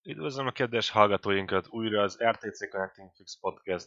Üdvözlöm a kedves hallgatóinkat újra az RTC Connecting Fix Podcast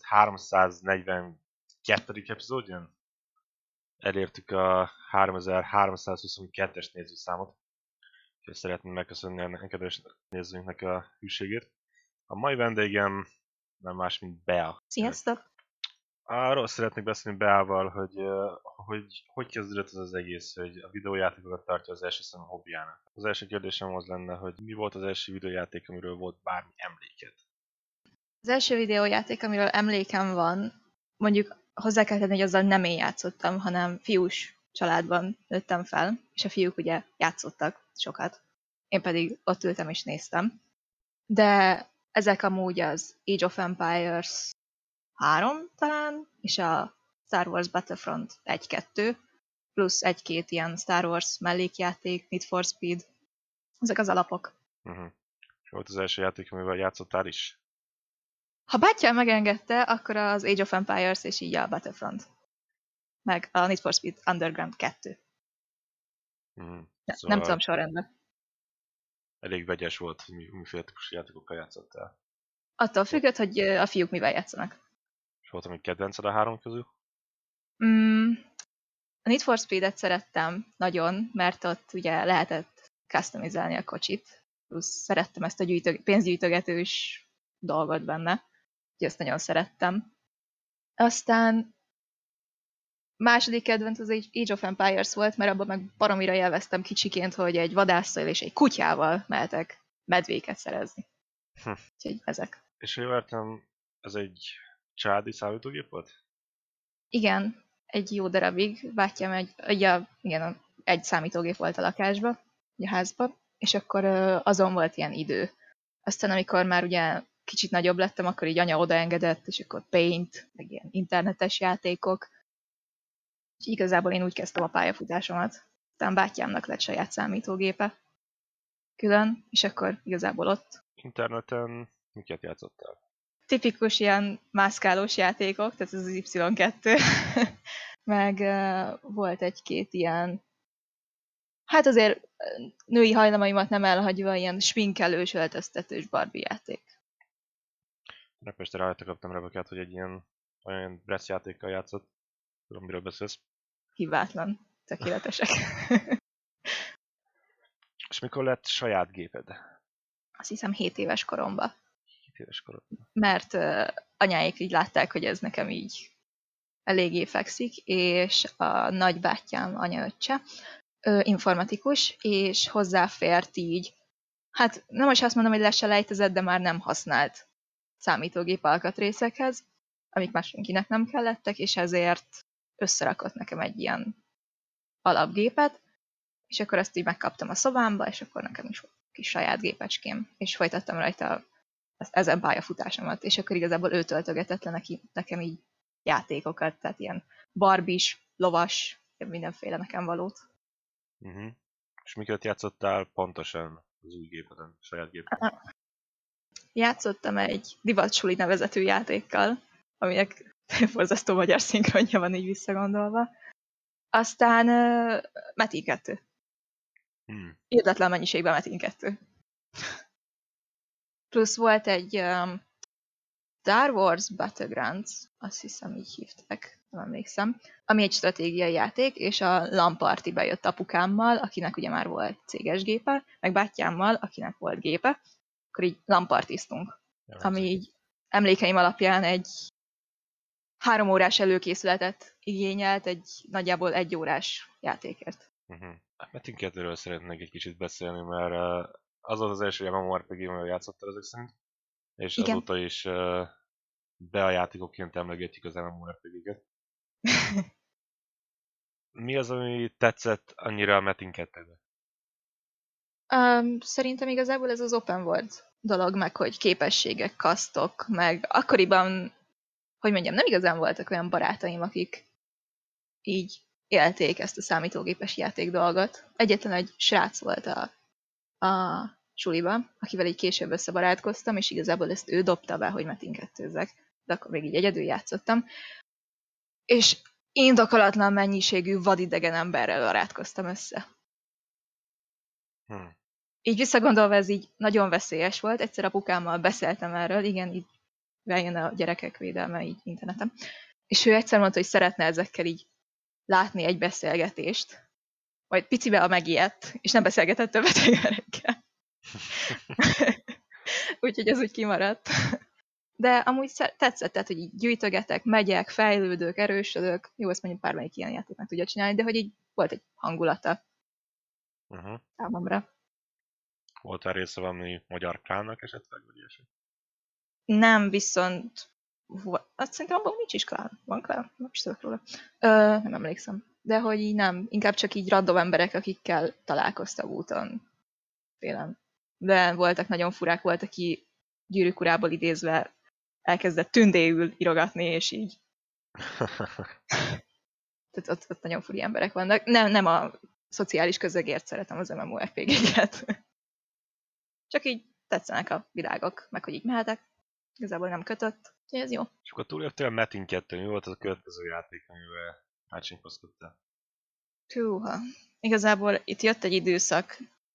342. epizódján. Elértük a 3322-es nézőszámot, és szeretném megköszönni a kedves nézőinknek a hűségét. A mai vendégem nem más, mint Bea. Sziasztok! Arról szeretnék beszélni Beával, hogy kezdődött ez az egész, hogy a videójátékokat tartja az első számú hobbiának. Az első kérdésem az lenne, hogy mi volt az első videójáték, amiről volt bármi emléked? Az első videójáték, amiről emlékem van, mondjuk hozzá kell tenni, hogy azzal nem én játszottam, hanem fiús családban nőttem fel, és a fiúk ugye játszottak sokat. Én pedig ott ültem és néztem. De ezek amúgy az Age of Empires 3 talán, és a Star Wars Battlefront 1-2, plusz egy-két ilyen Star Wars mellékjáték, Need for Speed. Ezek az alapok. És volt az első játék, amivel játszottál is? Ha bátyám megengedte, akkor az Age of Empires és így a Battlefront. Meg a Need for Speed Underground 2. Szóval Nem tudom sorrendben. elég vegyes volt, hogy miféle típusú játékokkal játszottál. Attól függött, hogy a fiúk mivel játszanak. És volt, ami kedvenced a három közül? A Need for Speed-et szerettem nagyon, mert ott ugye lehetett customizálni a kocsit. Plusz szerettem ezt a pénzgyűjtögetős dolgot benne. Úgyhogy ezt nagyon szerettem. Aztán második kedvenc az Age of Empires volt, mert abban meg baromira élveztem kicsiként, hogy egy vadásszal és egy kutyával mehetek medvéket szerezni. Úgyhogy ezek. És jól értem, ez egy családi számítógép volt? Igen, egy jó darabig bátyám egy számítógép volt a lakásba, a házba, és akkor azon volt ilyen idő. Aztán amikor már ugye kicsit nagyobb lettem, akkor így anya odaengedett, és akkor Paint, meg ilyen internetes játékok. Úgyhogy igazából én úgy kezdtem a pályafutásomat. Aztán bátyámnak lett saját számítógépe külön, és akkor igazából ott. Interneten miket játszottál? Tipikus ilyen mászkálós játékok, tehát ez az Y2, meg volt egy-két ilyen, hát azért női hajlamaimat nem elhagyva, ilyen sminkelős, öltöztetős Barbie játék. Repeste rajta kaptam Rebekát, hogy egy ilyen olyan Bressz játékkal játszott. Tudom, miről beszélsz. Hibátlan, tökéletesek. És mikor lett saját géped? Azt hiszem 7 éves koromban. 7 éves korodban. Mert anyáik így látták, hogy ez nekem így eléggé fekszik, és a nagybátyám anyaöccse informatikus, és hozzáfért így, hát nem most azt mondom, hogy leselejtezett, de már nem használt számítógép alkatrészekhez, amik már senkinek nem kellettek, és ezért összerakott nekem egy ilyen alapgépet, és akkor ezt így megkaptam a szobámba, és akkor nekem is volt kis saját gépecském, és folytattam rajta ezen pályafutásomat, és akkor igazából ő töltögetett le nekem így játékokat, tehát ilyen barbis, lovas, mindenféle nekem valót. És miket játszottál pontosan az új gépeden, saját gépeden? Játszottam egy Divatsuli nevezetű játékkal, aminek borzasztó magyar szinkronja van így visszagondolva. Aztán Metin 2. Érdetlen mennyiségben Metin 2. Plusz volt egy Star Wars Battlegrounds, azt hiszem így hívták, nem emlékszem, ami egy stratégiai játék, és a LAN partybe jött apukámmal, akinek ugye már volt céges gépe, meg bátyámmal, akinek volt gépe, akkor így LAN partiztunk, ami így emlékeim alapján egy 3 órás előkészületet igényelt egy nagyjából 1 órás játékért. Metin 2-ről szeretnék egy kicsit beszélni, mert az volt az első MMORPG, amivel játszottál ezek szerint, és igen. Azóta is be a játékokként emlegetjük az MMORPG-ket. Mi az, ami tetszett annyira a Metin 2-be? Szerintem igazából ez az open world dolog, meg hogy képességek, kasztok, meg akkoriban, hogy mondjam, nem igazán voltak olyan barátaim, akik így élték ezt a számítógépes játék dolgot. Egyetlen egy srác volt a suliban, akivel így később összebarátkoztam, és igazából ezt ő dobta be, hogy Metin 2-zek, de akkor még így egyedül játszottam. És indokolatlan mennyiségű vadidegen emberrel barátkoztam össze. így visszagondolva ez így nagyon veszélyes volt. Egyszer apukámmal beszéltem erről, igen, így bejön a gyerekek védelme így interneten. És ő egyszer mondta, hogy szeretne ezekkel így látni egy beszélgetést, majd picibe a megijedt, és nem beszélgetett többet a gyerekkel. Úgyhogy ez úgy kimaradt. De amúgy tetszett, tehát, hogy így gyűjtögetek, megyek, fejlődök, erősödök. Jó, ezt mondjuk bármelyik ilyen játék meg tudja csinálni, de hogy így volt egy hangulata számomra. Volt-e része valami magyar klánnak esetleg, vagy ilyesmi? Nem, viszont azt szerintem abban nincs is klán. Van klán? Nem is tudok róla. Nem emlékszem. De hogy így nem. Inkább csak így random emberek, akikkel találkoztam úton. Félem. De voltak nagyon furák, volt, aki Gyűrűk urából idézve elkezdett tündéül írogatni, és így. Tehát ott nagyon furi emberek vannak. Nem a szociális közegért szeretem az MMORPG-ket. Csak így tetszenek a világok, meg hogy így mehetek. Igazából nem kötött, úgyhogy ez jó. És akkor túléltél a Metin 2, mi volt az a következő játék, amivel átsinkozkodtál? Húha. Igazából itt jött egy időszak,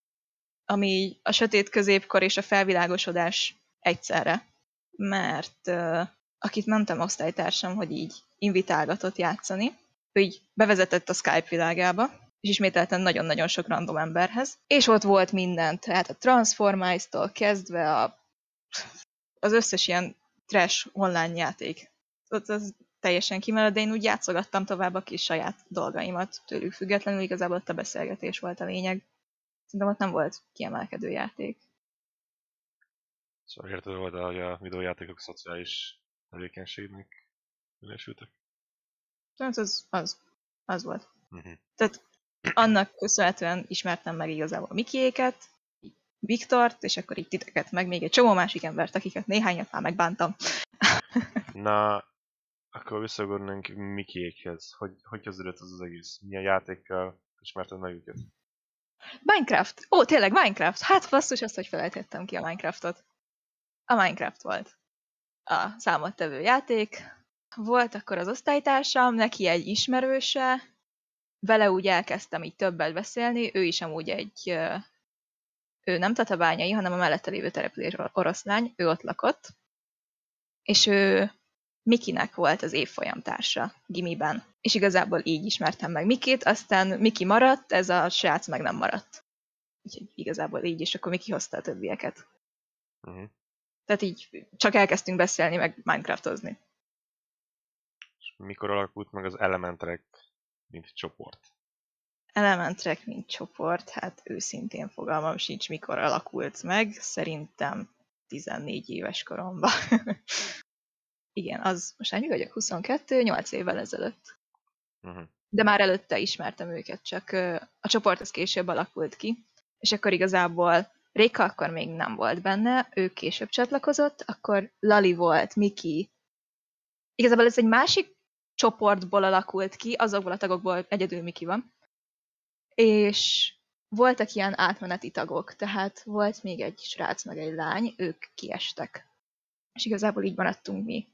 ami a sötét középkor és a felvilágosodás egyszerre. Mert akit mentem osztálytársam, hogy így invitálgatott játszani, ő így bevezetett a Skype világába, és ismételten nagyon-nagyon sok random emberhez. És ott volt minden, tehát a Transformice-tól kezdve az összes ilyen trash online játék. Ott az teljesen kimaradt, de én úgy játszogattam tovább a kis saját dolgaimat tőlük függetlenül, igazából ott a beszélgetés volt a lényeg. Szerintem ott nem volt kiemelkedő játék. Szóval érted volt, hogy a videójátékok szociális tevékenységnek minősültek? Tehát az volt. Uh-huh. Tehát annak köszönhetően ismertem meg igazából Mikiéket, Viktort, és akkor így titeket meg még egy csomó másik embert, akiket néhányat már megbántam. Na, akkor visszagondolunk Mikiékhez. Hogy kezdődött az egész? Milyen játékkal ismerted meg őket? Minecraft! Ó, tényleg Minecraft! Hát basszus, azt, hogy felejtettem ki a Minecraftot. A Minecraft volt a számottevő játék. Volt akkor az osztálytársam, neki egy ismerőse, vele úgy elkezdtem így többet beszélni, ő is amúgy ő nem tatabányai, hanem a mellette lévő település oroszlány, ő ott lakott, és ő Mikinek volt az évfolyamtársa gimiben. És igazából így ismertem meg Mikit, aztán Miki maradt, ez a srác meg nem maradt. Úgyhogy igazából így, és akkor Miki hozta a többieket. Uh-huh. Tehát így csak elkezdtünk beszélni, meg Minecraftozni. És mikor alakult meg az Elementrek, mint csoport? Elementrek, mint csoport, hát őszintén fogalmam sincs, mikor alakult meg. Szerintem 14 éves koromban. Igen, az most ennyi vagyok, 22, 8 évvel ezelőtt. Uh-huh. De már előtte ismertem őket, csak a csoport az később alakult ki, és akkor igazából Réka akkor még nem volt benne, ő később csatlakozott, akkor Lali volt, Miki. Igazából ez egy másik csoportból alakult ki, azokból a tagokból egyedül Miki van. És voltak ilyen átmeneti tagok, tehát volt még egy srác, meg egy lány, ők kiestek. És igazából így maradtunk mi.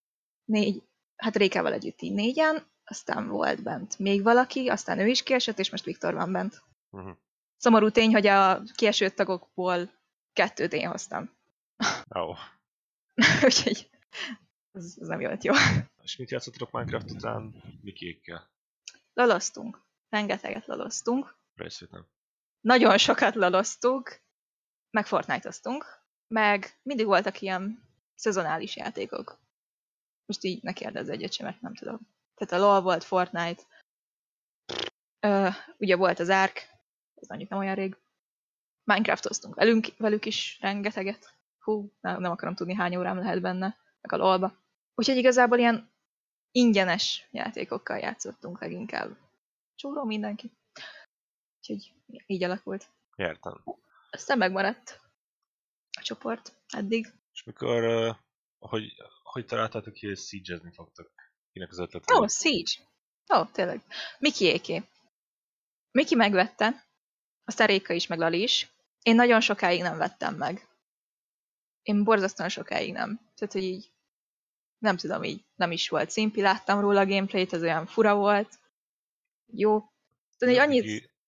Hát Rékával együtt így 4-en, aztán volt bent még valaki, aztán ő is kiesett, és most Viktor van bent. Uh-huh. Szomorú tény, hogy a kieső tagokból 2-t én hoztam. Oh. Úgyhogy ez nem jött jó. És mit játszottatok Minecraft után Mikiékkel? Laloztunk. Rengeteget laloztunk. Részvétem. Nagyon sokat laloztunk. Meg Fortnite-oztunk. Meg mindig voltak ilyen szezonális játékok. Most így ne kérdezz egyet sem, mert nem tudom. Tehát a LoL volt, Fortnite. Ugye volt az Ark. Ez mondjuk nem olyan rég. Minecraftoztunk velük is rengeteget. Hú, nem akarom tudni, hány órám lehet benne. Meg a LoL-ba. Úgyhogy igazából ilyen ingyenes játékokkal játszottunk leginkább. Csóró mindenki. Úgyhogy így alakult. Értem. Aztán megmaradt a csoport eddig. És mikor, hogy találtátok ki, hogy siege-ezni fogtok? Kinek az ötlet? Ó, Siege! Ó, tényleg. Mikiéké. Miki megvette, aztán Réka is, meg Lali is. Én nagyon sokáig nem vettem meg. Én borzasztóan sokáig nem. Tehát, hogy így nem tudom, így nem is volt szimpi, láttam róla a gameplayt, ez olyan fura volt. Jó. Tehát, hogy annyit...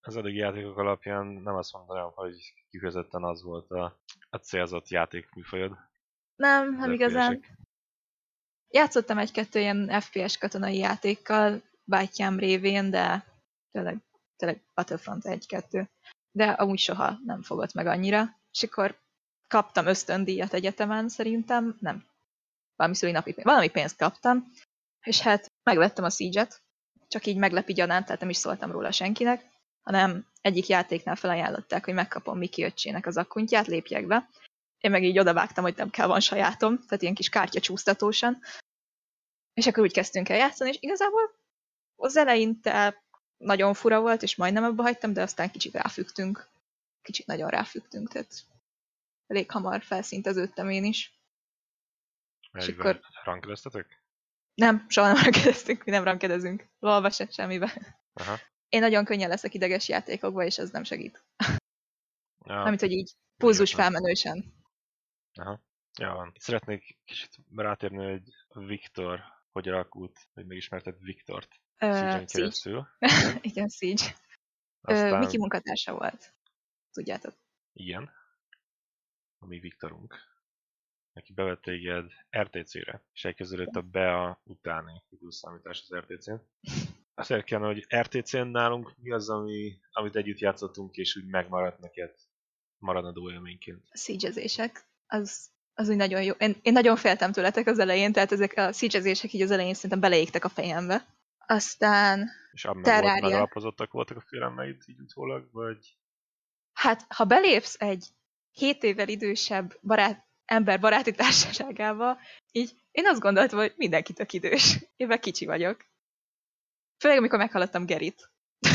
az eddigi játékok alapján nem azt mondanám, hogy kifejezetten az volt a célzott játékműfajod. Nem, Az nem igazán. FPS-ek. Játszottam egy-kettő ilyen FPS katonai játékkal, bátyám révén, de tényleg Battlefront 1-2. De amúgy soha nem fogott meg annyira. És akkor kaptam ösztöndíjat egyetemen szerintem, nem, valami pénzt kaptam, és hát megvettem a Siege-et, csak így meglepi gyanánt, tehát nem is szóltam róla senkinek, hanem egyik játéknál felajánlották, hogy megkapom Miki öccsének az akkuntját, lépjek be. Én meg így odavágtam, hogy nem kell, van sajátom, tehát ilyen kis kártyacsúsztatósan. És akkor úgy kezdtünk el játszani, és igazából az eleinte nagyon fura volt, és majdnem abba hagytam, de aztán kicsit ráfügtünk. Kicsit nagyon ráfügtünk, tehát elég hamar felszinteződtem én is. És akkor rankedeztetek? nem, soha nem rankedeztünk, mi nem rankedezünk. LOL-ba se, semmibe. Aha. Én nagyon könnyen leszek ideges játékokba, és ez nem segít. Ja, Amit, hogy így pulzus igen. felmenősen. Aha. Ja, van. Szeretnék kicsit rátérni, hogy Viktor hogy alakult, hogy megismerted Viktort Siege-en keresztül. Igen, Siege. Aztán... Miki munkatársa volt. Tudjátok. Igen. A mi Viktorunk. Aki bevett téged RTC-re, és elkezdődött a BEA utáni időszámítás az RTC-n. Azt érdekelne, hogy RTC-n nálunk mi az, amit együtt játszottunk, és úgy megmaradt neked maradandó élményként? A Siege-ezések, az úgy nagyon jó. Én nagyon féltem tőletek az elején, tehát ezek a Siege-ezések így az elején szerintem beleégtek a fejembe. Aztán És abban Terraria. megalapozottak voltak a félelmeid így utólag, vagy? Hát, ha belépsz egy 7 évvel idősebb ember baráti társaságába, így én azt gondoltam, hogy mindenki tök idős. Én meg kicsi vagyok. Főleg, amikor meghallottam Gerit.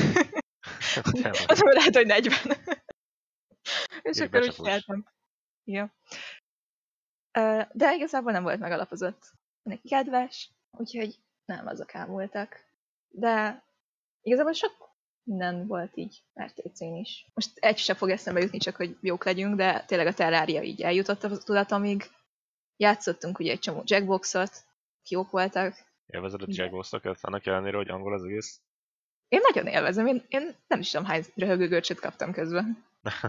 Azon lehet, hogy 40. És Geri akkor úgy becsapós. féltem. Ja. De igazából nem volt megalapozott. Neki kedves, úgyhogy nem, azok ámultak. De igazából sok minden volt így RTC-n is. Most egy sem fog eszembe jutni, csak hogy jók legyünk, de tényleg a Terraria így eljutott a tudatomig. Játszottunk ugye egy csomó Jackboxot, jók voltak. Élvezed a Jackboxokat, annak ellenére, hogy angol az egész? Én nagyon élvezem, én nem is tudom, hány röhögőgörcsöt kaptam közben.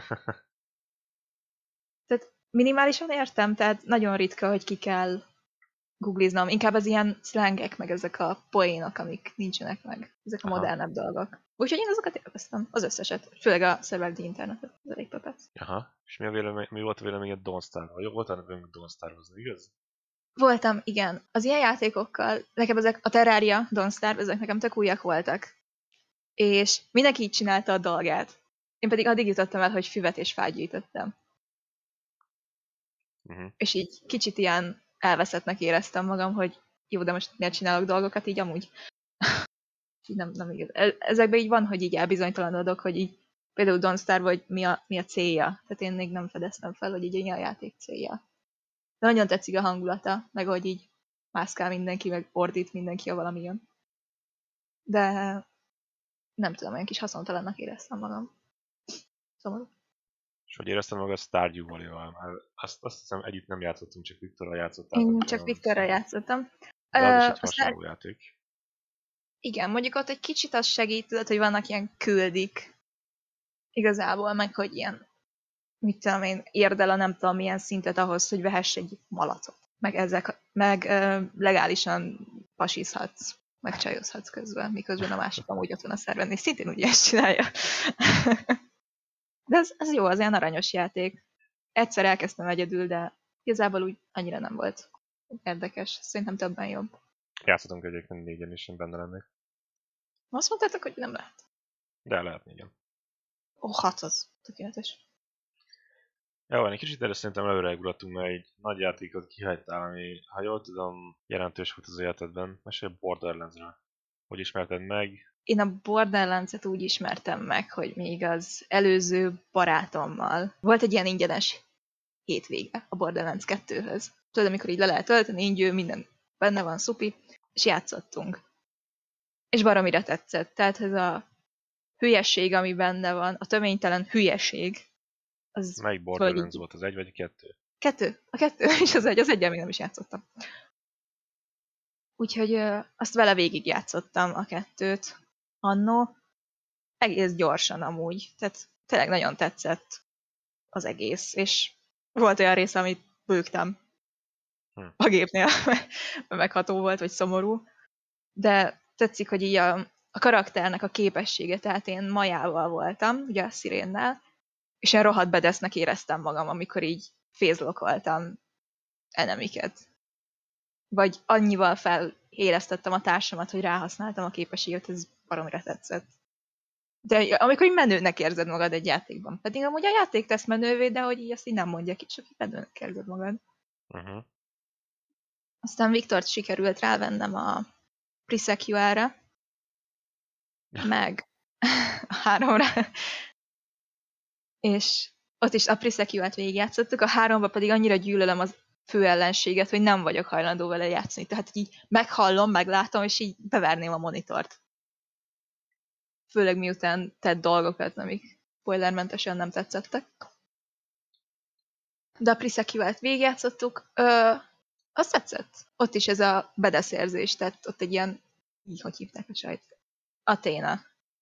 Tehát minimálisan értem, tehát nagyon ritka, hogy ki kell googliznom. Inkább az ilyen szlengek, meg ezek a poénok, amik nincsenek meg. Ezek a modernebb dolgok. Úgyhogy én azokat élveztem, az összeset. Főleg a szerverdi internetet, az elég pepec. Aha. És mi volt a véleményed Dawnstar-ról? Jó volt a nevünk Dawnstar-hozni, igaz? Voltam, igen. Az ilyen játékokkal, nekem ezek a Terraria, Dawnstar, ezek nekem tök újak voltak. És mindenki így csinálta a dolgát. Én pedig addig jutottam el, hogy füvet és fát gyűjtöttem. És így kicsit ilyen elveszettnek éreztem magam, hogy jó, de most miért csinálok dolgokat így amúgy? így nem igaz. Ezekben így van, hogy így elbizonytalanodok, hogy így például Dawnstar, vagy mi a célja. Tehát én még nem fedeztem fel, hogy így a játék célja. De nagyon tetszik a hangulata, meg hogy így mászkál mindenki, meg ordít mindenki, ha valami jön. De nem tudom, olyan kis haszontalannak éreztem magam. Szomorú. És hogy éreztem meg a Stardew Valley-val? Mert azt hiszem együtt nem játszottunk, csak Viktorral játszottál. Én csak Viktorral játszottam. De az is egy hasonló játék. Igen, mondjuk ott egy kicsit az segít, tudod, hogy vannak ilyen küldik. Igazából, meg hogy ilyen, mit tudom én, érd el a nem tudom milyen szintet ahhoz, hogy vehess egy malacot. Meg legálisan pasizhatsz, meg csajozhatsz közben, miközben a másik amúgy ott van a szerven, és szintén ugye ezt csinálja. De ez jó, az ilyen aranyos játék. Egyszer elkezdtem egyedül, de igazából úgy annyira nem volt érdekes. Szerintem többen jobb. Játszottunk egyébként 4-en is, én benne lennék. Azt mondtátok, hogy nem lehet? De lehet 4-en. 6 az tökéletes. Jó, van, egy kicsit erre szerintem előregulattunk, mert egy nagy játékot kihagytál, ami, ha jól tudom, jelentős volt az életedben. Mesélj a Borderlands-ről. Hogy ismerted meg? Én a Borderlands-et úgy ismertem meg, hogy még az előző barátommal volt egy ilyen ingyenes hétvége a Borderlands 2-höz. Tudod, amikor így le lehet tölteni, ingyő, minden benne van, szupi, és játszottunk. És baromira tetszett. Tehát ez a hülyesség, ami benne van, a töménytelen hülyeség. Az melyik Borderlands volt, az 1 vagy a 2? 2. A 2 és az 1, az 1-el még nem is játszottam. Úgyhogy azt vele végig játszottam a 2-t annó. egész gyorsan amúgy. Tehát tényleg nagyon tetszett az egész, és volt olyan része, amit bőgtem a gépnél, megható volt, vagy szomorú. De tetszik, hogy így a karakternek a képessége, tehát én Majával voltam, ugye a Szirénnel, és én rohadt bedesznek éreztem magam, amikor így fézlokoltam enemiket. Vagy annyival felélesztettem a társamat, hogy ráhasználtam a képességet, ez baromira tetszett. De amikor így menőnek érzed magad egy játékban. Pedig amúgy a játék tesz menővé, de hogy így azt így nem mondja ki, csak így menőnek érzed magad. Aztán Viktort sikerült rávennem a Pre-Secure-re, meg a 3-ra, és ott is a Pre-Secure-t végigjátszottuk, a 3-ba pedig annyira gyűlölöm az fő ellenséget, hogy nem vagyok hajlandó vele játszani. Tehát így meghallom, meglátom, és így beverném a monitort. Főleg miután tett dolgokat, amik spoilermentesen nem tetszettek. De a Pre-Secure-t végigjátszottuk, azt tetszett. Ott is ez a bedeszérzés, tehát ott egy ilyen, így hogy hívták a sajt? Athena.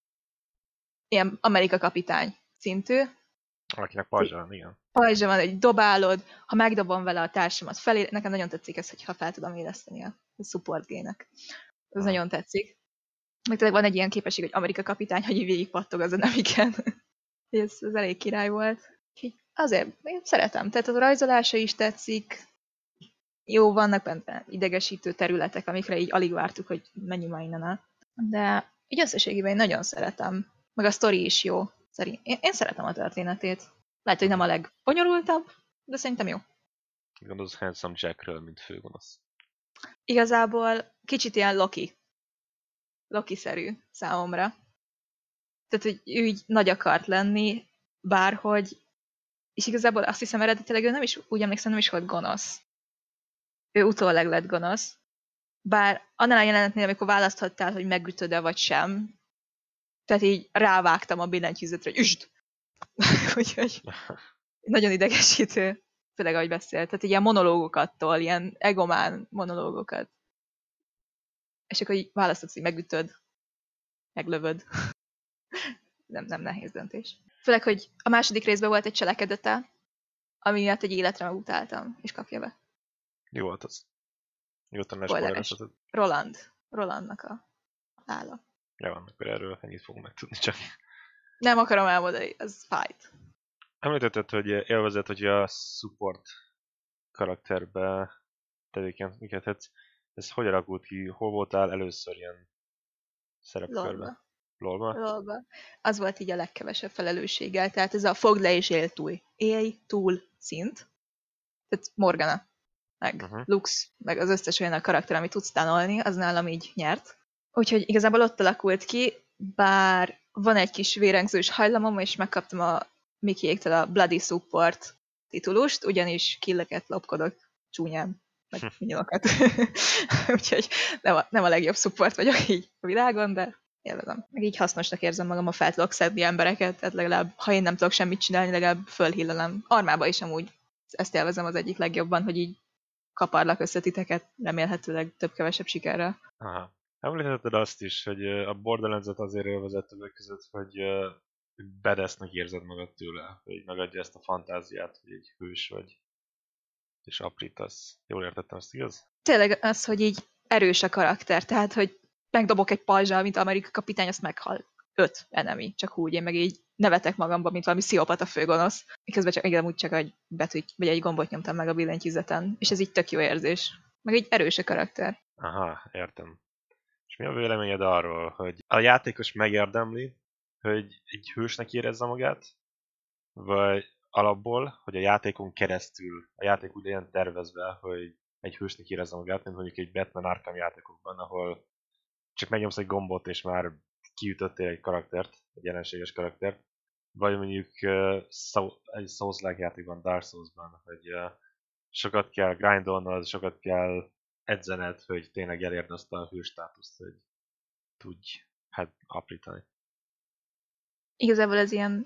Ilyen Amerika kapitány szintű. Akinek pajzsa van, igen. Pajzsa van, egy dobálod, ha megdobom vele a társamat felé, nekem nagyon tetszik ez, hogyha fel tudom éleszteni a support gének. Ez nagyon tetszik. Meg tényleg van egy ilyen képesség, hogy Amerika kapitány, hogy végigpattog az enemiken. ez elég király volt. Azért én szeretem. Tehát a rajzolása is tetszik. Jó, vannak benne idegesítő területek, amikre így alig vártuk, hogy menjünk már innen el. De így összességében én nagyon szeretem. Meg a sztori is jó. Én szeretem a történetét. Lehet, hogy nem a legbonyolultabb, de szerintem jó. Gondolsz Handsome Jackről, mint főgonosz. Igazából kicsit ilyen Loki-szerű számomra. Tehát, hogy ő így nagy akart lenni, bárhogy, és igazából azt hiszem eredetileg ő nem is, úgy emlékszem, nem is volt gonosz. Ő utólag lett gonosz. Bár annál a jelenetnél, amikor választhattál, hogy megütöd-e vagy sem, tehát így rávágtam a billentyűzetre, hogy üsd! Úgyhogy nagyon idegesítő, főleg ahogy beszélt. Tehát ilyen monológokat tol, ilyen egomán monológokat. És akkor így választhatsz, hogy megütöd, meglövöd. nem nehéz döntés. Főleg, hogy a második részben volt egy cselekedete, ami miatt egy életre megutáltam, és kapja be. Jó volt az. Nyugodtan lespoilerezheted. Rolandnak a álla. Ja, van, akkor erről ennyit fogunk megtudni csak. Nem akarom elmondani, az fájt. Említetted, hogy élvezett, hogy a support karakterbe tevékenykedhetsz. Ez hogy alakult ki? Hol voltál először ilyen szerepkörben? LOL-ba. Az volt így a legkevesebb felelősséggel, tehát ez a fogd le és élj túl szint. Tehát Morgana, meg Lux, meg az összes olyan karakter, amit tudsz tanulni, az nálam így nyert. Úgyhogy igazából ott alakult ki, bár van egy kis vérengzős hajlamom, és megkaptam a Mickey-éktől a Bloody Support titulust, ugyanis killeket lopkodok csúnyán, meg minyokat. Úgyhogy nem a legjobb support vagyok így a világon, de élvezem. Meg így hasznosnak érzem magam, ha fel tudok szedni embereket, tehát legalább, ha én nem tudok semmit csinálni, legalább fölhillelem. Armába is amúgy ezt élvezem az egyik legjobban, hogy így kaparlak össze titeket, remélhetőleg több-kevesebb sikerrel. Aha. Említetted azt is, hogy a Borderlands-et azért élvezett többek között, hogy bedesznek érzed magad tőle, hogy megadja ezt a fantáziát, hogy egy hős vagy, és aprítasz. Jól értettem ezt, igaz? Tényleg az, hogy így erős a karakter, tehát, hogy megdobok egy pajzsal, mint Amerika kapitány, azt meghal 5 enemy, csak úgy, én meg így nevetek magamba, mint valami pszichopata főgonosz. Miközben csak, igen, úgy csak egy betűt, vagy egy gombot nyomtam meg a billentyűzeten, és ez így tök jó érzés. Meg így erős a karakter. Aha, értem. És mi a véleményed arról, hogy a játékos megérdemli, hogy egy hősnek érezze magát, vagy alapból, hogy a játékon keresztül, a játék úgy legyen tervezve, hogy egy hősnek érezze magát, mint mondjuk egy Batman Arkham játékokban, ahol csak megnyomsz egy gombot, és már kiütöttél egy karaktert, egy ellenséges karaktert, vagy mondjuk egy Souls-like játékban, Dark Souls-ban, hogy sokat kell grindolnod, sokat kell edzened, hogy tényleg elérd azt a hőstátuszt, hogy tudj aprítani. Igazából ez ilyen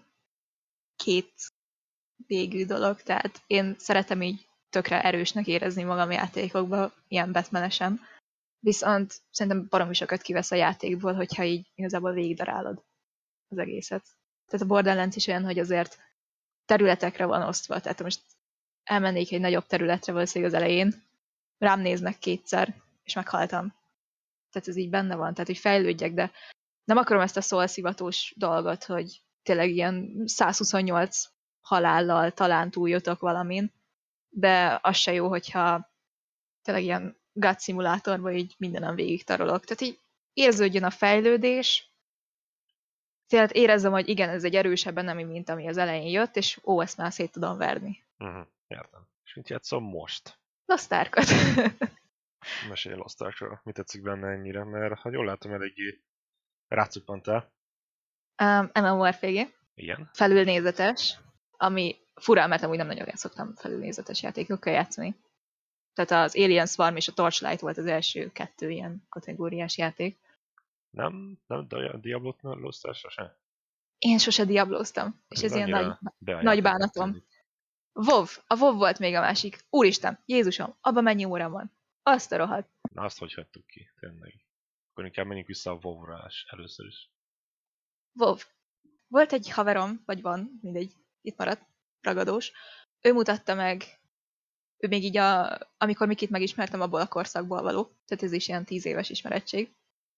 két végű dolog, tehát én szeretem így tökre erősnek érezni magam játékokban, ilyen Batman-esen. Viszont szerintem baromi sokat kivesz a játékból, hogyha így igazából végigdarálod. az egészet. Tehát a Borderlands is olyan, hogy azért területekre van osztva. Tehát most elmennék egy nagyobb területre valószínűleg az elején, rám néznek kétszer, és meghaltam. Tehát ez így benne van, tehát hogy fejlődjek, de nem akarom ezt a szolszivatós dolgot, hogy tényleg ilyen 128 halállal talán túljutok valamin, de az se jó, hogyha tényleg ilyen gut szimulátorban így mindenem végig tarolok. Tehát így érződjön a fejlődés, tehát érezzem, hogy igen, ez egy erősebb enemi, mint ami az elején jött, és ezt már szét tudom verni. Értem. És mit játszom most? Lost Ark-ot. Mesélj Lost Arkról. Mi tetszik benne ennyire? Mert ha jól látom, eléggé rácuppantál. MMORPG. Igen. Felülnézetes, ami furán, mert amúgy nem nagyon szoktam felülnézetes játékokkal játszani. Tehát az Alien Swarm és a Torchlight volt az első 2 ilyen kategóriás játék. Nem Diablo-t loztál sose? Én sose diablóztam, és ez ilyen nagy bánatom. A WoW volt még a másik. Úristen, Jézusom, abban mennyi óra van? Azt a rohadt. Na azt hogy hagytuk ki, tényleg. Akkor inkább menjünk vissza a WoW-ra először is. WoW. Volt egy haverom, vagy van, mindegy, itt maradt, ragadós. Ő mutatta meg, ő még így amikor Mikit megismertem, abból a korszakból való. Tehát ez is ilyen 10 éves ismerettség.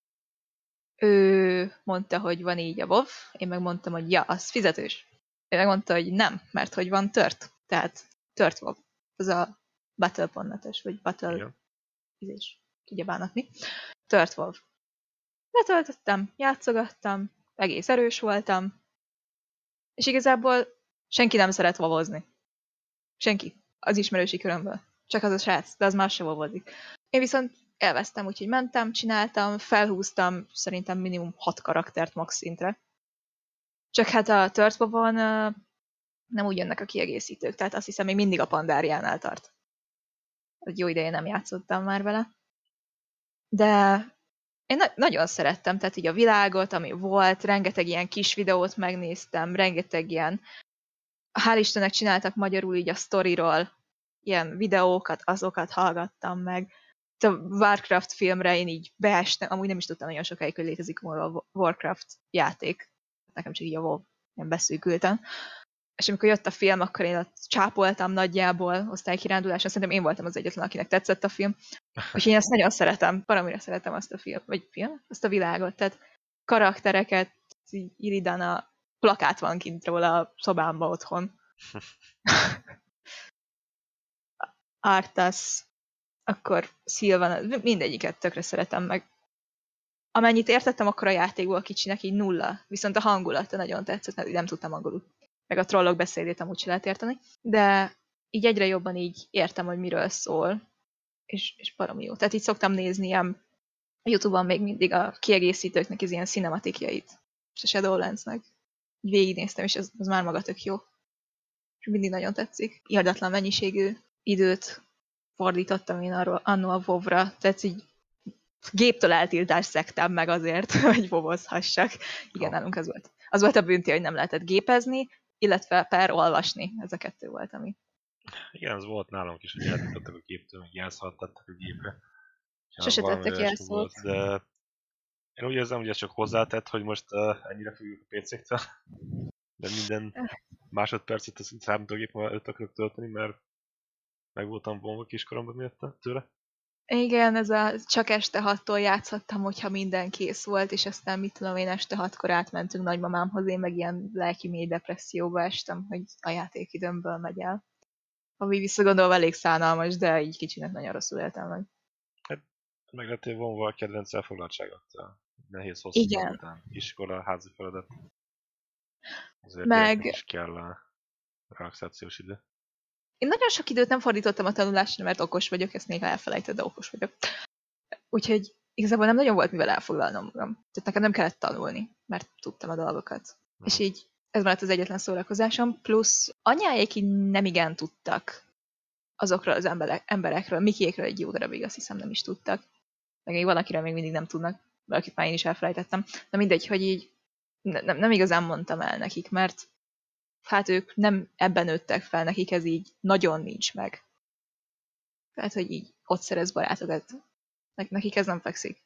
Ő mondta, hogy van így a WoW, én megmondtam, hogy ja, az fizetős. Ő megmondta, hogy nem, mert hogy van tört. Tehát tört WoW. Az a Battle.net-es, vagy Battle... Ízés. Tudja bánatni. Tört WoW. Letöltöttem, játszogattam, egész erős voltam, és igazából senki nem szeret WoW-ozni. Senki. Az ismerősi körömből. Csak az a srác, de az már se WoW-ozik. Én viszont élveztem, úgyhogy mentem, csináltam, felhúztam szerintem minimum 6 karaktert max szintre. Csak hát a Tört WoW-on nem úgy jönnek a kiegészítők, tehát azt hiszem még mindig a Pandáriánál tart. Egy jó ideje nem játszottam már vele. De én nagyon szerettem, tehát így a világot, ami volt, rengeteg ilyen kis videót megnéztem, rengeteg ilyen, hál' Istennek csináltak magyarul így a sztoriról ilyen videókat, azokat hallgattam meg. A Warcraft filmre én így beestem, amúgy nem is tudtam nagyon sokáig, hogy létezik a Warcraft játék. Nekem csak így a WoW, ilyen beszűkülten. És amikor jött a film, akkor én ott csápoltam nagyjából osztálykiránduláson. Szerintem én voltam az egyetlen, akinek tetszett a film. Úgyhogy én azt nagyon szeretem, valamire szeretem azt a azt a világot. Tehát karaktereket, Illidan plakát van kint róla a szobámba otthon. Arthas, akkor Sylvan, mindegyiket tökre szeretem meg. Amennyit értettem akkor a játékból kicsinek, így 0. Viszont a hangulata nagyon tetszett, mert nem tudtam angolul. Meg a trollok beszédét amúgy se lehet érteni. De így egyre jobban így értem, hogy miről szól. És baromi jó. Tehát így szoktam nézni ilyen YouTube-on még mindig a kiegészítőknek az ilyen cinematikjait. És a Shadowlands-nek. Végignéztem, és az már maga tök jó. És mindig nagyon tetszik. Irdatlan mennyiségű időt fordítottam én annó a WoW-ra. Tehát így géptől eltiltást szektem meg azért, hogy WoW-ozhassak. Igen, nálunk az volt. Az volt a bünti, hogy nem lehetett gépezni, illetve olvasni. Ez a 2 volt, ami. Igen, az volt nálunk is, hogy eltiltottak a géptől, meg jelszhattattak a gépre. Sose tettek jelszót. De én úgy érzem, hogy ez csak hozzátett, hogy most ennyire függünk a PC-től. De minden másodpercet a számítógéppel előtt akarok tölteni, mert meg voltam vonva kiskoromban miatt tőle. Igen, ez a csak este 6-tól játszhattam, hogyha minden kész volt, és aztán mit tudom én, este 6-kor átmentünk nagymamámhoz, én meg ilyen lelki mély depresszióba estem, hogy a játékidőmből megy el. Ami visszagondolva elég szánalmas, de így kicsinek nagyon rosszul éltem meg. Hát meg lettél vonva a kedvenc elfoglaltságottól. Nehéz hosszú után. Iskola, házi feladat. Azért meg is kell a relaxációs idő. Én nagyon sok időt nem fordítottam a tanulásra, mert okos vagyok, ezt néha elfelejted, de okos vagyok. Úgyhogy igazából nem nagyon volt mivel elfoglalnom magam. Tehát nekem nem kellett tanulni, mert tudtam a dolgokat. És így ez maradt az egyetlen szórakozásom, plusz anyáék így nem igen tudtak azokról az emberekről, Mikiékről egy jó darabig azt hiszem nem is tudtak. Meg még van, akire még mindig nem tudnak, valakit már én is elfelejtettem. De mindegy, hogy így nem igazán mondtam el nekik, mert hát ők nem ebben nőttek fel, nekik ez így nagyon nincs meg. Tehát, hogy így ott szerez barátokat. Nekik ez nem fekszik.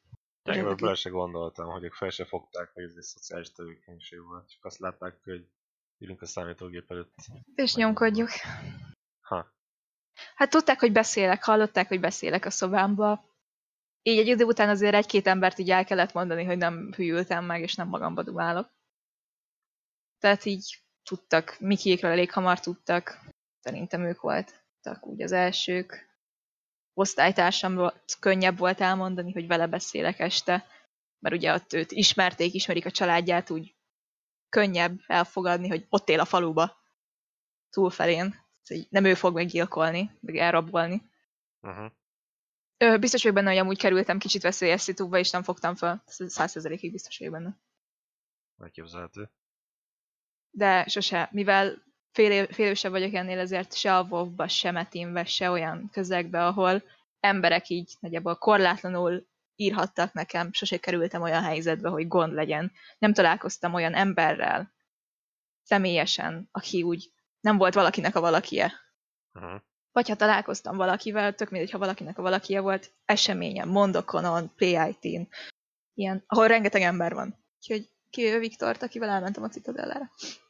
Ebből bele se gondoltam, hogy ők fel se fogták, hogy ez egy szociális tevékenység volt. Csak azt látták, hogy ülünk a számítógép előtt. És nyomkodjuk. Ha. Hát tudták, hogy beszélek, hallották, hogy beszélek a szobámba. Így egy idő után azért egy-két embert így el kellett mondani, hogy nem hűltem meg, és nem magamba dumálok. Tehát így tudtak, Mikiékről elég hamar tudtak. Szerintem ők voltak úgy az elsők. Osztálytársamról könnyebb volt elmondani, hogy vele beszélek este, mert ugye ott őt ismerték, ismerik a családját, úgy könnyebb elfogadni, hogy ott él a faluba, túlfelén. Nem ő fog meggyilkolni, meg elrabolni. Biztos vagyok benne, hogy amúgy kerültem kicsit veszélyes szitúba, és nem fogtam fel. 100%-ig biztos vagyok benne. Megképzelhető. De sose, mivel félősebb vagyok ennél, ezért se a WoW-ba, se Metinbe, se olyan közegbe, ahol emberek így nagyjából korlátlanul írhattak nekem, sose kerültem olyan helyzetbe, hogy gond legyen. Nem találkoztam olyan emberrel személyesen, aki úgy nem volt valakinek a valakie. Vagy ha találkoztam valakivel, tök mindegy, ha valakinek a valakie volt, eseményen, Mondokonon, PIT-n, ilyen, ahol rengeteg ember van. Úgyhogy kivéve Viktort, akivel elmentem a Citadellára.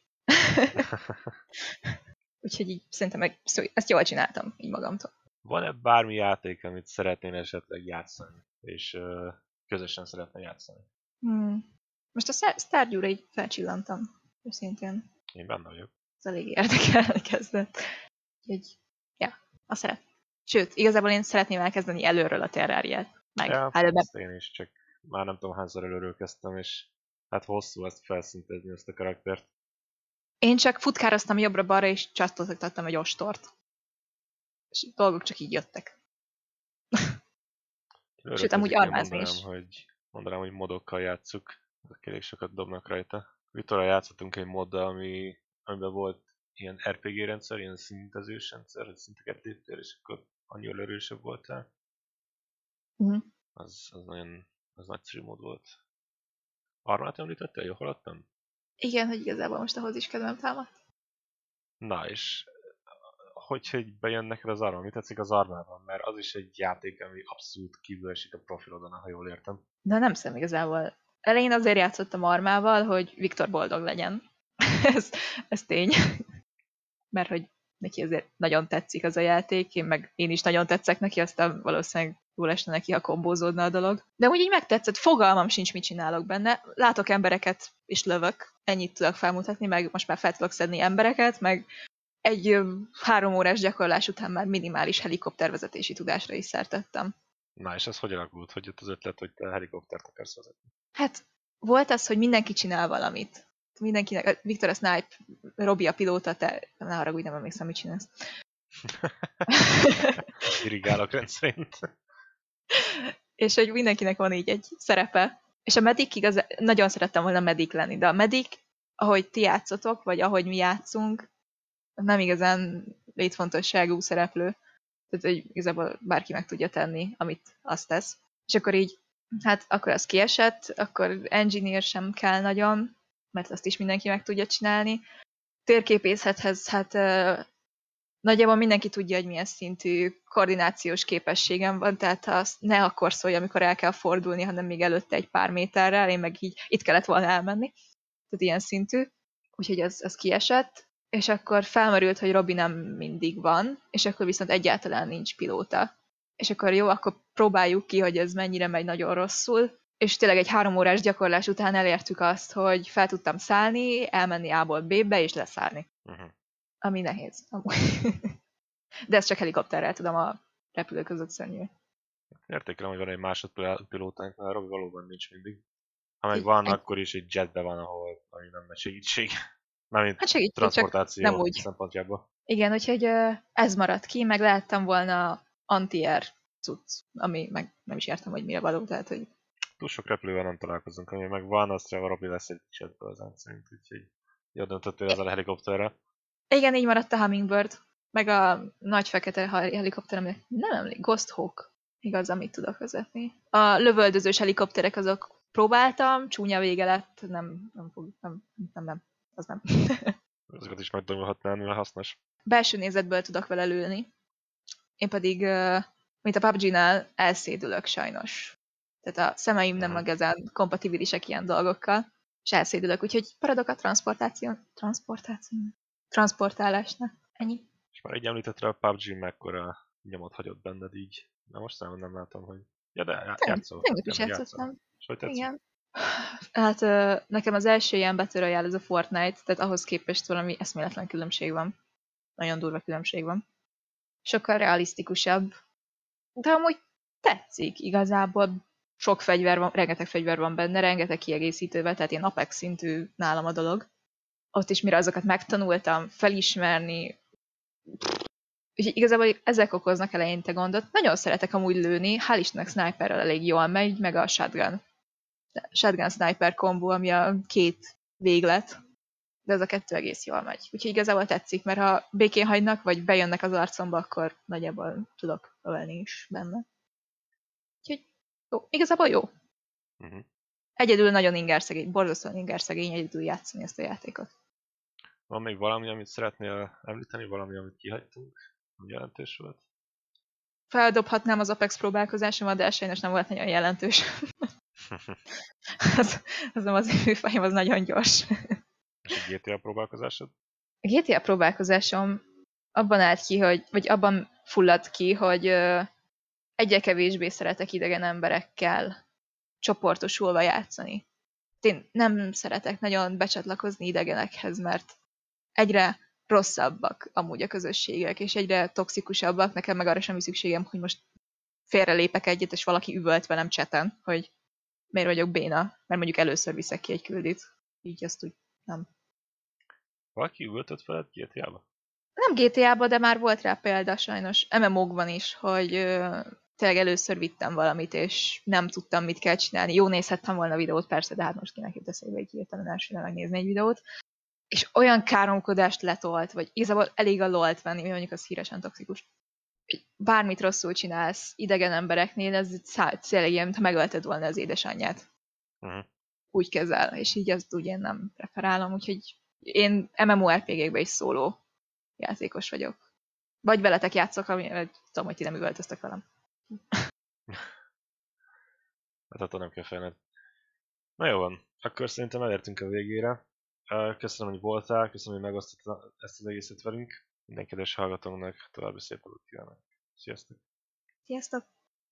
Úgyhogy így szerintem ezt jól csináltam, így magamtól. Van-e bármi játék, amit szeretnél esetleg játszani, és közösen szeretne játszani? Most a Stardew-ra így felcsillantam, őszintén. Én benne vagyok. Ez elég érdekelni kezdett. Úgyhogy, ja, azt szeret. Sőt, igazából én szeretném elkezdeni előről a Terrariát. Meg ja, én is, csak már nem tudom hányszor előről kezdtem, és hát hosszú ezt felszintezni, ezt a karaktert. Én csak futkároztam jobbra-balra, és csatoltattam egy ostort. És dolgok csak így jöttek. Sőt, amúgy armázni is. Mondanám, hogy modokkal játsszuk. Ezek elég sokat dobnak rajta. Vitorral játszottunk egy moddal, amiben volt ilyen RPG rendszer, ilyen szintezős rendszer, hogy szinteket léptél, és akkor annyira erősebb voltál. Az nagyon nagyszerű mód volt. Armát említettél? Jól haladtam? Igen, hogy igazából most ahhoz is kedvem támadt. Na, és hogy bejön neked az Arma? Mi tetszik az Armában? Mert az is egy játék, ami abszolút kívül esik a profilodon, ha jól értem. De nem szem igazából. Elején azért játszottam Armával, hogy Viktor boldog legyen. ez tény. Mert hogy neki azért nagyon tetszik az a játék, én is nagyon tetszek neki, aztán valószínűleg jól esne neki, ha kombózódna a dolog. De úgy így megtetszett, fogalmam sincs, mit csinálok benne. Látok embereket, és lövök. Ennyit tudok felmutatni, meg most már fel tudok szedni embereket, meg egy 3 órás gyakorlás után már minimális helikoptervezetési tudásra is szertettem. Na, és ez hogy alakult? Hogy jött az ötlet, hogy te helikoptert akarsz vezetni? Hát, volt az, hogy mindenki csinál valamit. Mindenkinek, Viktor a Snipe, Robi a pilóta, te ne haragudj, nem emlékszem, mit csinálsz. Irigálok rendszerint. És hogy mindenkinek van így egy szerepe. És a medic nagyon szerettem volna medic lenni, de a medic, ahogy ti játszotok, vagy ahogy mi játszunk, nem igazán létfontosságú szereplő. Tehát, hogy igazából bárki meg tudja tenni, amit azt tesz. És akkor így, hát akkor az kiesett, akkor engineer sem kell nagyon, mert azt is mindenki meg tudja csinálni. Térképészethez, hát nagyjából mindenki tudja, hogy milyen szintű koordinációs képességem van, tehát azt ne akkor szólj, amikor el kell fordulni, hanem még előtte egy pár méterrel, én meg így itt kellett volna elmenni. Tehát ilyen szintű. Úgyhogy az kiesett. És akkor felmerült, hogy Robi nem mindig van, és akkor viszont egyáltalán nincs pilóta. És akkor jó, akkor próbáljuk ki, hogy ez mennyire megy nagyon rosszul. És tényleg egy 3 órás gyakorlás után elértük azt, hogy fel tudtam szállni, elmenni A-ból B-be és leszállni. Ami nehéz. De ezt csak helikopterrel tudom, a repülő között szörnyű. Értékelem, hogy van egy másodpilótánk, mert Robi valóban nincs mindig. Ha meg van, akkor is egy jetbe van, ahol nem megy segítség. Mármint hát segítség, transportáció nem úgy szempontjából. Igen, úgyhogy ez maradt ki, meg lehettem volna anti-air cucc, ami meg nem is értem, hogy mire való, tehát hogy... Túl sok repülővel nem találkozunk, ami meg van, aztán Robi lesz egy csetből az szerint, úgyhogy jól döntöttél ezzel a helikopterrel. Igen, így maradt a Hummingbird, meg a nagy fekete helikopter, aminek nem emlék, Ghost Hawk, igaz, amit tudok vezetni. A lövöldözős helikopterek azok próbáltam, csúnya vége lett, nem. Az nem. Azokat is megtanulhatnál, mert hasznos. Belső nézetből tudok vele lőni. Én pedig, mint a PUBG-nál, elszédülök sajnos. Tehát a szemeim nem igazán kompatibilisek ilyen dolgokkal, és elszédülök, úgyhogy maradok a transportálásnak. Ennyi. És már így említetted a PUBG, mekkora nyomot hagyott benned így. Na most számon nem látom, hogy... Ja, de játszol. Tegnap is Tényleg játszol. játszottam. És hogy tetszik? Igen. Hát nekem az első ilyen Battle Royale ez a Fortnite, tehát ahhoz képest valami eszméletlen különbség van. Nagyon durva különbség van. Sokkal realisztikusabb. De amúgy tetszik igazából. Sok fegyver van, rengeteg fegyver van benne, rengeteg kiegészítővel, tehát ilyen Apex szintű nálam a dolog. Ott is mire azokat megtanultam, felismerni. Úgyhogy igazából ezek okoznak eleinte gondot. Nagyon szeretek amúgy lőni, hál' Istennek sniperrel elég jól megy, meg a shotgun sniper kombó, ami a két véglet, de ez a kettő egész jól megy. Úgyhogy igazából tetszik, mert ha békén hagynak, vagy bejönnek az arcomba, akkor nagyjából tudok ölni is benne. Úgyhogy jó. Igazából jó. Egyedül nagyon ingerszegény, borzasztóan ingerszegény egyedül játszani ezt a játékot. Van még valami, amit szeretnél említeni, valami, amit kihagytunk? Ami jelentős volt? Feldobhatnám az Apex próbálkozásomat, de sajnos nem volt nagyon jelentős. az nem az én műfajom, az nagyon gyors. És a GTA próbálkozásod? A GTA próbálkozásom abban állt ki, vagy abban fulladt ki, hogy egyre kevésbé szeretek idegen emberekkel csoportosulva játszani. Én nem szeretek nagyon becsatlakozni idegenekhez, mert egyre rosszabbak amúgy a közösségek, és egyre toxikusabbak. Nekem meg arra semmi szükségem, hogy most félrelépek egyet, és valaki üvölt velem chaten, hogy miért vagyok béna, mert mondjuk először viszek ki egy küldit. Így azt úgy nem. Valaki üvöltött veled GTA-ba? Nem GTA-ba, de már volt rá példa sajnos. MMO-kban is, hogy tényleg először vittem valamit, és nem tudtam, mit kell csinálni. Jó, nézhettem volna a videót, persze, de hát most kinek jut eszébe így hirtelen elsőre megnézni egy videót. És olyan káromkodást letolt, vagy igazából elég a LOL-t venni, hogy mondjuk az híresen toxikus. Bármit rosszul csinálsz idegen embereknél, ez tényleg ilyen, mintha megölted volna az édesanyját. Úgy kezel, és így azt úgy én nem preferálom, úgyhogy én MMORPG-kben is szóló játékos vagyok. Vagy veletek játszok, mert tudom, hogy ti nem üvöltöztek velem. Hát attól nem kell félned. Na jó van, akkor szerintem elértünk a végére. Köszönöm, hogy voltál, köszönöm, hogy megosztottad ezt az egészet velünk. Minden kedves hallgatónak további szép napot kívánok. Sziasztok! Sziasztok!